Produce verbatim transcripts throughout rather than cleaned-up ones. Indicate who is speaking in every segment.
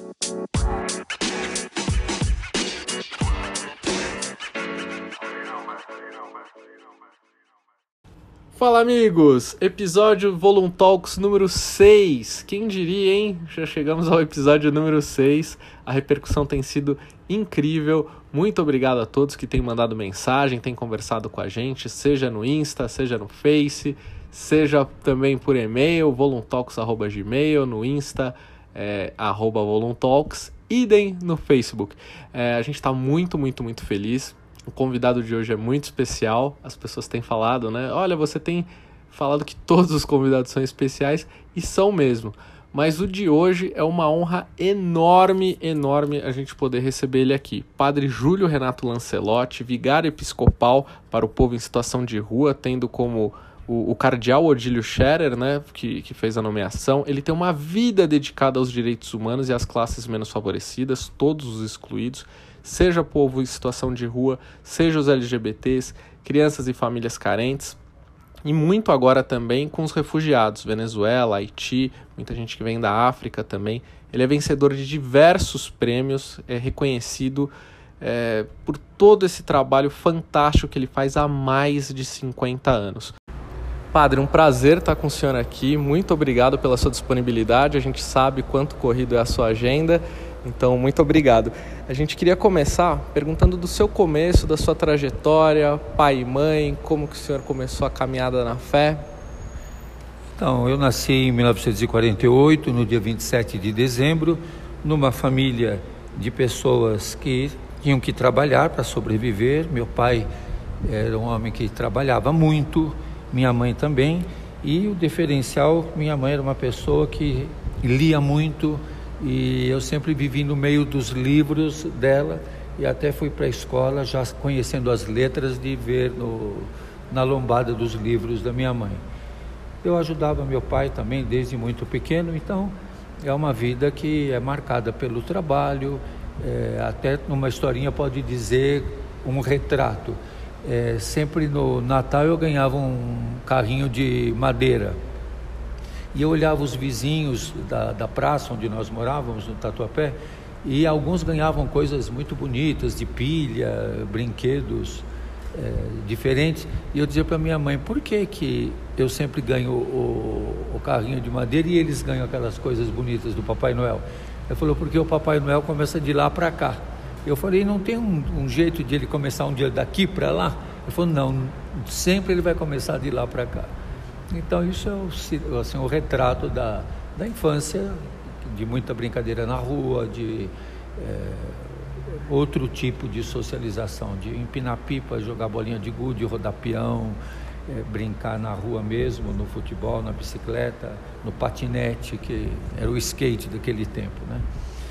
Speaker 1: Fala, amigos! Episódio Volum Talks número seis. Quem diria, hein? Já chegamos ao episódio número seis. A repercussão tem sido incrível. Muito obrigado a todos que têm mandado mensagem, têm conversado com a gente, seja no Insta, seja no Face, seja também por e-mail, volumtalks arroba gmail, no Insta, é, arroba volumtalks, idem no Facebook. É, a gente está muito, muito, muito feliz. O convidado de hoje é muito especial. As pessoas têm falado, né? Olha, você tem falado que todos os convidados são especiais, e são mesmo. Mas o de hoje é uma honra enorme, enorme a gente poder receber ele aqui. Padre Júlio Renato Lancelotti, vigário episcopal para o povo em situação de rua, tendo como o, o cardeal Odílio Scherer, né, que, que fez a nomeação. Ele tem uma vida dedicada aos direitos humanos e às classes menos favorecidas, todos os excluídos, seja povo em situação de rua, seja os L G B Ts, crianças e famílias carentes, e muito agora também com os refugiados, Venezuela, Haiti, muita gente que vem da África também. Ele é vencedor de diversos prêmios, é reconhecido é, por todo esse trabalho fantástico que ele faz há mais de cinquenta anos. Padre, um prazer estar com o senhor aqui, muito obrigado pela sua disponibilidade, a gente sabe quanto corrido é a sua agenda, então muito obrigado. A gente queria começar perguntando do seu começo, da sua trajetória, pai e mãe, como que o senhor começou a caminhada na fé?
Speaker 2: Então, eu nasci em mil novecentos e quarenta e oito, no dia vinte e sete de dezembro, numa família de pessoas que tinham que trabalhar para sobreviver. Meu pai era um homem que trabalhava muito, minha mãe também, e o diferencial, minha mãe era uma pessoa que lia muito, e eu sempre vivi no meio dos livros dela, e até fui para a escola já conhecendo as letras de ver no, na lombada dos livros da minha mãe. Eu ajudava meu pai também desde muito pequeno, então é uma vida que é marcada pelo trabalho, é, até numa historinha pode dizer um retrato. É, sempre no Natal eu ganhava um carrinho de madeira, e eu olhava os vizinhos da, da praça onde nós morávamos, no Tatuapé, e alguns ganhavam coisas muito bonitas, de pilha, brinquedos é, diferentes, e eu dizia para minha mãe, por que que eu sempre ganho o, o carrinho de madeira e eles ganham aquelas coisas bonitas do Papai Noel? Ela falou, porque o Papai Noel começa de lá para cá. Eu falei, não tem um, um jeito de ele começar um dia daqui para lá? Ele falou, não, sempre ele vai começar de lá para cá. Então isso é o, assim, o retrato da, da infância, de muita brincadeira na rua, de é, outro tipo de socialização, de empinar pipa, jogar bolinha de gude, rodar peão, é, brincar na rua mesmo, no futebol, na bicicleta, no patinete, que era o skate daquele tempo, né?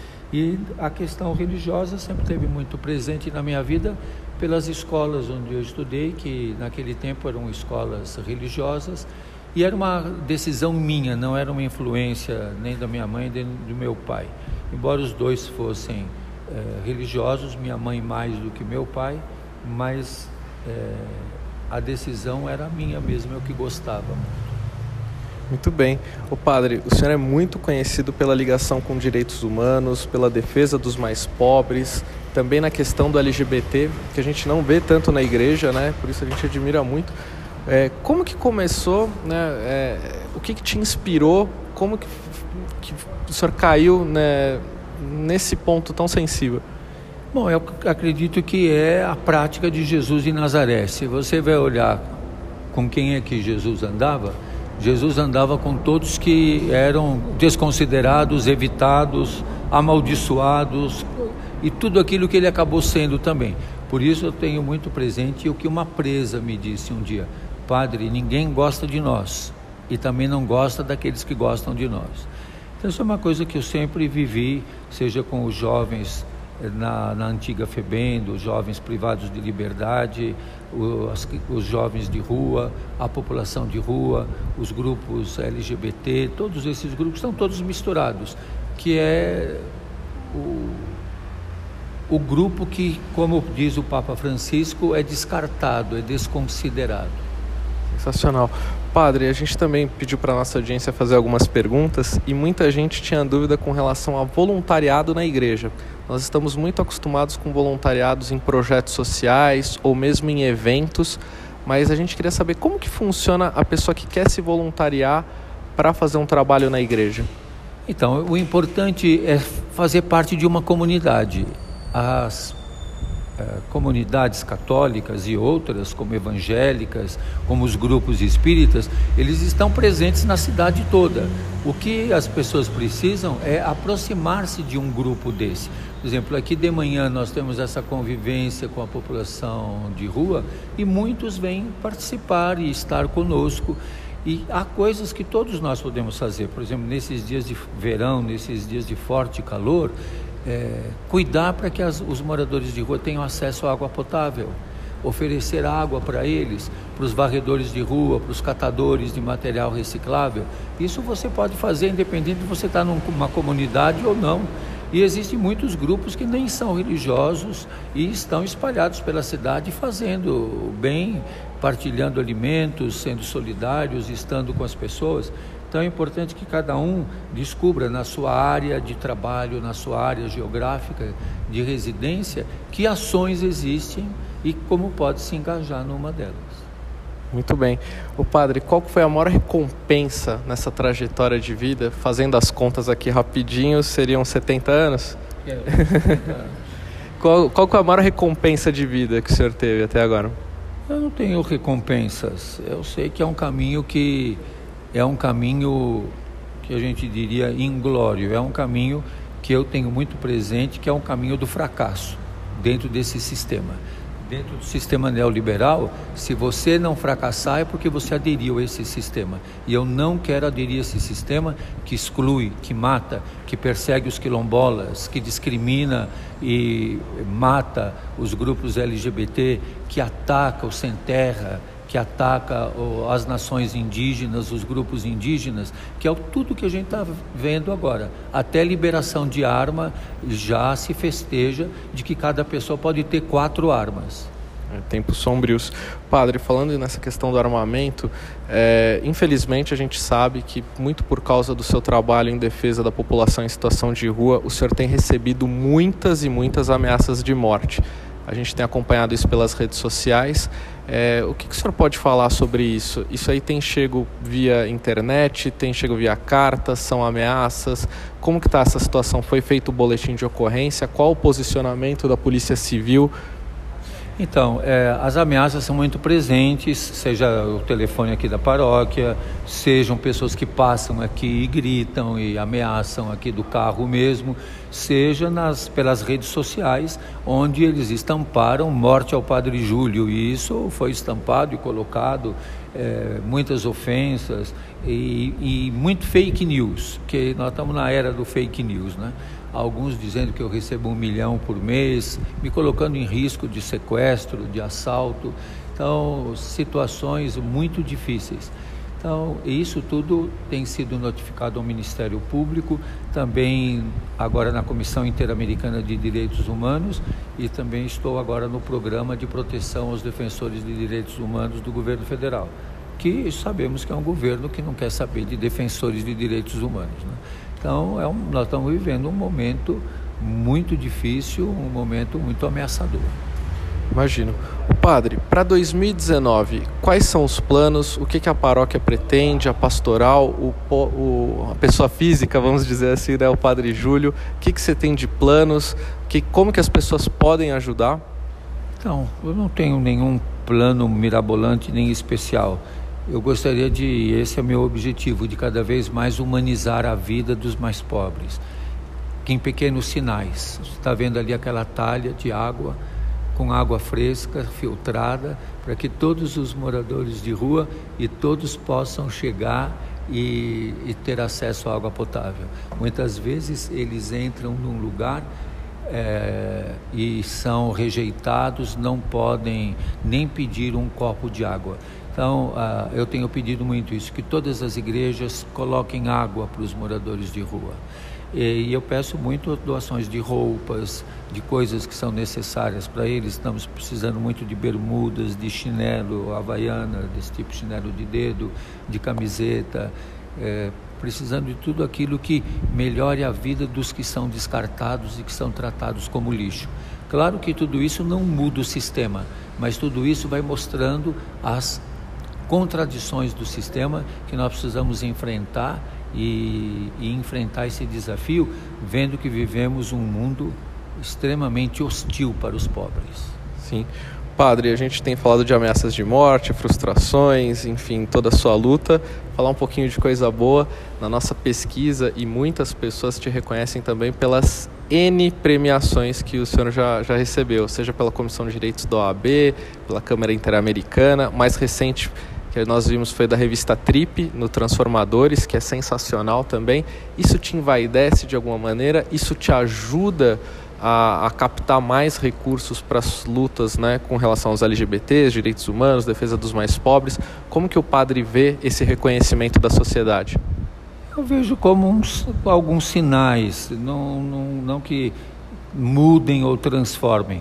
Speaker 2: E a questão religiosa sempre esteve muito presente na minha vida pelas escolas onde eu estudei, que naquele tempo eram escolas religiosas, e era uma decisão minha, não era uma influência nem da minha mãe nem do meu pai. Embora os dois fossem é, religiosos, minha mãe mais do que meu pai, mas é, a decisão era minha mesmo, eu que gostava muito.
Speaker 1: Muito bem. O padre, o senhor é muito conhecido pela ligação com direitos humanos, pela defesa dos mais pobres, também na questão do L G B T, que a gente não vê tanto na igreja, né? Por isso a gente admira muito. É, como que começou, né? É, o que que te inspirou? Como que, que o senhor caiu, né, nesse ponto tão sensível?
Speaker 2: Bom, eu acredito que é a prática de Jesus de Nazaré. Se você vai olhar com quem é que Jesus andava, Jesus andava com todos que eram desconsiderados, evitados, amaldiçoados, e tudo aquilo que ele acabou sendo também. Por isso eu tenho muito presente o que uma presa me disse um dia: Padre, ninguém gosta de nós, e também não gosta daqueles que gostam de nós. Então isso é uma coisa que eu sempre vivi, seja com os jovens na, na antiga FEBEM, os jovens privados de liberdade, os, os jovens de rua, a população de rua, os grupos L G B T, todos esses grupos estão todos misturados, que é o, o grupo que, como diz o Papa Francisco, é descartado, é desconsiderado.
Speaker 1: Sensacional. Padre, a gente também pediu para a nossa audiência fazer algumas perguntas e muita gente tinha dúvida com relação a voluntariado na igreja. Nós estamos muito acostumados com voluntariados em projetos sociais ou mesmo em eventos, mas a gente queria saber como que funciona a pessoa que quer se voluntariar para fazer um trabalho na igreja.
Speaker 2: Então, o importante é fazer parte de uma comunidade. As eh, comunidades católicas e outras, como evangélicas, como os grupos espíritas, eles estão presentes na cidade toda. O que as pessoas precisam é aproximar-se de um grupo desse. Por exemplo, aqui de manhã nós temos essa convivência com a população de rua e muitos vêm participar e estar conosco. E há coisas que todos nós podemos fazer, por exemplo, nesses dias de verão, nesses dias de forte calor, é, cuidar para que as, os moradores de rua tenham acesso à água potável, oferecer água para eles, para os varredores de rua, para os catadores de material reciclável. Isso você pode fazer independente de você estar numa comunidade ou não. E existem muitos grupos que nem são religiosos e estão espalhados pela cidade fazendo bem, partilhando alimentos, sendo solidários, estando com as pessoas. Então é importante que cada um descubra na sua área de trabalho, na sua área geográfica de residência, que ações existem e como pode se engajar numa delas.
Speaker 1: Muito bem. O padre, qual foi a maior recompensa nessa trajetória de vida? Fazendo as contas aqui rapidinho, seriam setenta anos?
Speaker 2: É, setenta anos.
Speaker 1: Qual, qual foi a maior recompensa de vida que o senhor teve até agora?
Speaker 2: Eu não tenho recompensas. Eu sei que é um caminho que é um caminho que a gente diria inglório. É um caminho que eu tenho muito presente, que é um caminho do fracasso dentro desse sistema. Dentro do sistema neoliberal, se você não fracassar é porque você aderiu a esse sistema. E eu não quero aderir a esse sistema que exclui, que mata, que persegue os quilombolas, que discrimina e mata os grupos L G B T, que ataca o sem terra, que ataca as nações indígenas, os grupos indígenas, que é tudo que a gente está vendo agora. Até liberação de arma já se festeja de que cada pessoa pode ter quatro armas.
Speaker 1: É, tempos sombrios. Padre, falando nessa questão do armamento, é, infelizmente a gente sabe que muito por causa do seu trabalho em defesa da população em situação de rua, o senhor tem recebido muitas e muitas ameaças de morte. A gente tem acompanhado isso pelas redes sociais. É, o que, que o senhor pode falar sobre isso? Isso aí tem chego via internet, tem chego via cartas, são ameaças? Como que está essa situação? Foi feito o boletim de ocorrência? Qual o posicionamento da Polícia Civil?
Speaker 2: Então, é, as ameaças são muito presentes, seja o telefone aqui da paróquia, sejam pessoas que passam aqui e gritam e ameaçam aqui do carro mesmo, seja nas, pelas redes sociais, onde eles estamparam morte ao Padre Júlio, e isso foi estampado e colocado, é, muitas ofensas e, e muito fake news, que nós estamos na era do fake news, né? Alguns dizendo que eu recebo um milhão por mês, me colocando em risco de sequestro, de assalto. Então, situações muito difíceis. Então, isso tudo tem sido notificado ao Ministério Público, também agora na Comissão Interamericana de Direitos Humanos, e também estou agora no Programa de Proteção aos Defensores de Direitos Humanos do Governo Federal, que sabemos que é um governo que não quer saber de defensores de direitos humanos, né? Então, é um, nós estamos vivendo um momento muito difícil, um momento muito ameaçador.
Speaker 1: Imagino. O padre, para dois mil e dezenove, quais são os planos? O que, que a paróquia pretende, a pastoral, o, o, a pessoa física, vamos dizer assim, né, o Padre Júlio? O que, que você tem de planos? Que, como que as pessoas podem ajudar?
Speaker 2: Então, eu não tenho nenhum plano mirabolante nem especial. Eu gostaria de, esse é o meu objetivo, de cada vez mais humanizar a vida dos mais pobres, que em pequenos sinais. Você está vendo ali aquela talha de água, com água fresca, filtrada, para que todos os moradores de rua e todos possam chegar e, e ter acesso à água potável. Muitas vezes eles entram num lugar é, e são rejeitados, não podem nem pedir um copo de água. Então, uh, eu tenho pedido muito isso, que todas as igrejas coloquem água para os moradores de rua. E eu peço muito doações de roupas, de coisas que são necessárias para eles. Estamos precisando muito de bermudas, de chinelo, havaiana, desse tipo de chinelo de dedo, de camiseta, é, precisando de tudo aquilo que melhore a vida dos que são descartados e que são tratados como lixo. Claro que tudo isso não muda o sistema, mas tudo isso vai mostrando as contradições do sistema que nós precisamos enfrentar e, e enfrentar esse desafio, vendo que vivemos um mundo extremamente hostil para os pobres.
Speaker 1: Sim. Padre, a gente tem falado de ameaças de morte, frustrações, enfim, toda a sua luta. Falar um pouquinho de coisa boa. Na nossa pesquisa, e muitas pessoas te reconhecem também pelas N premiações que o senhor já, já recebeu, seja pela Comissão de Direitos da O A B, pela Câmara Interamericana. Mais recente que nós vimos foi da revista Trip, no Transformadores, que é sensacional também. Isso te envaidece de alguma maneira? Isso te ajuda A, a captar mais recursos para as lutas, né, com relação aos L G B Ts, direitos humanos, defesa dos mais pobres? Como que o padre vê esse reconhecimento da sociedade?
Speaker 2: Eu vejo como uns, alguns sinais, não, não, não que mudem ou transformem,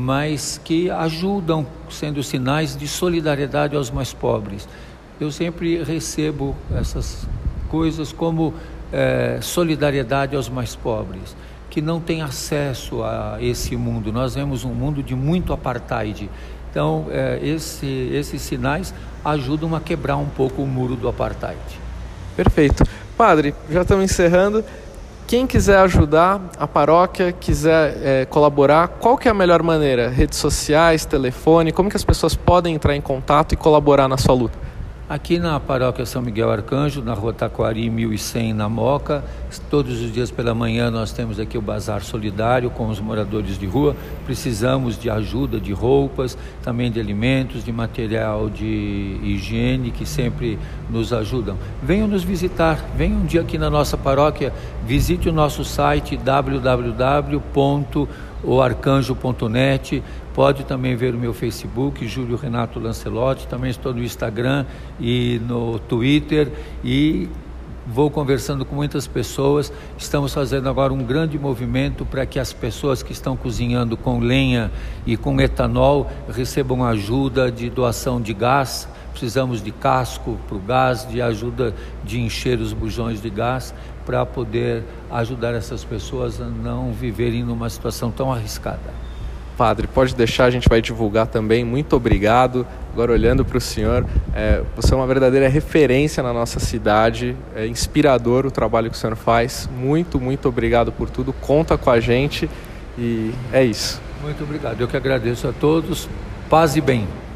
Speaker 2: mas que ajudam, sendo sinais de solidariedade aos mais pobres. Eu sempre recebo essas coisas como é, solidariedade aos mais pobres, que não tem acesso a esse mundo. Nós vemos um mundo de muito apartheid. Então, é, esse, esses sinais ajudam a quebrar um pouco o muro do apartheid.
Speaker 1: Perfeito. Padre, já estamos encerrando. Quem quiser ajudar a paróquia, quiser é, colaborar, qual que é a melhor maneira? Redes sociais, telefone, como que as pessoas podem entrar em contato e colaborar na sua luta?
Speaker 2: Aqui na Paróquia São Miguel Arcanjo, na Rua Taquari mil e cem, na Moca, todos os dias pela manhã nós temos aqui o Bazar Solidário com os moradores de rua. Precisamos de ajuda, de roupas, também de alimentos, de material de higiene, que sempre nos ajudam. Venham nos visitar, venham um dia aqui na nossa paróquia, visite o nosso site w w w ponto o arcanjo ponto net. Pode também ver o meu Facebook, Júlio Renato Lancelotti. Também estou no Instagram e no Twitter e vou conversando com muitas pessoas. Estamos fazendo agora um grande movimento para que as pessoas que estão cozinhando com lenha e com etanol recebam ajuda de doação de gás. Precisamos de casco para o gás, de ajuda de encher os bujões de gás, para poder ajudar essas pessoas a não viverem numa situação tão arriscada.
Speaker 1: Padre, pode deixar, a gente vai divulgar também. Muito obrigado. Agora, olhando para o senhor, é, você é uma verdadeira referência na nossa cidade, é inspirador o trabalho que o senhor faz. Muito, muito obrigado por tudo. Conta com a gente e é isso.
Speaker 2: Muito obrigado. Eu que agradeço a todos. Paz e bem.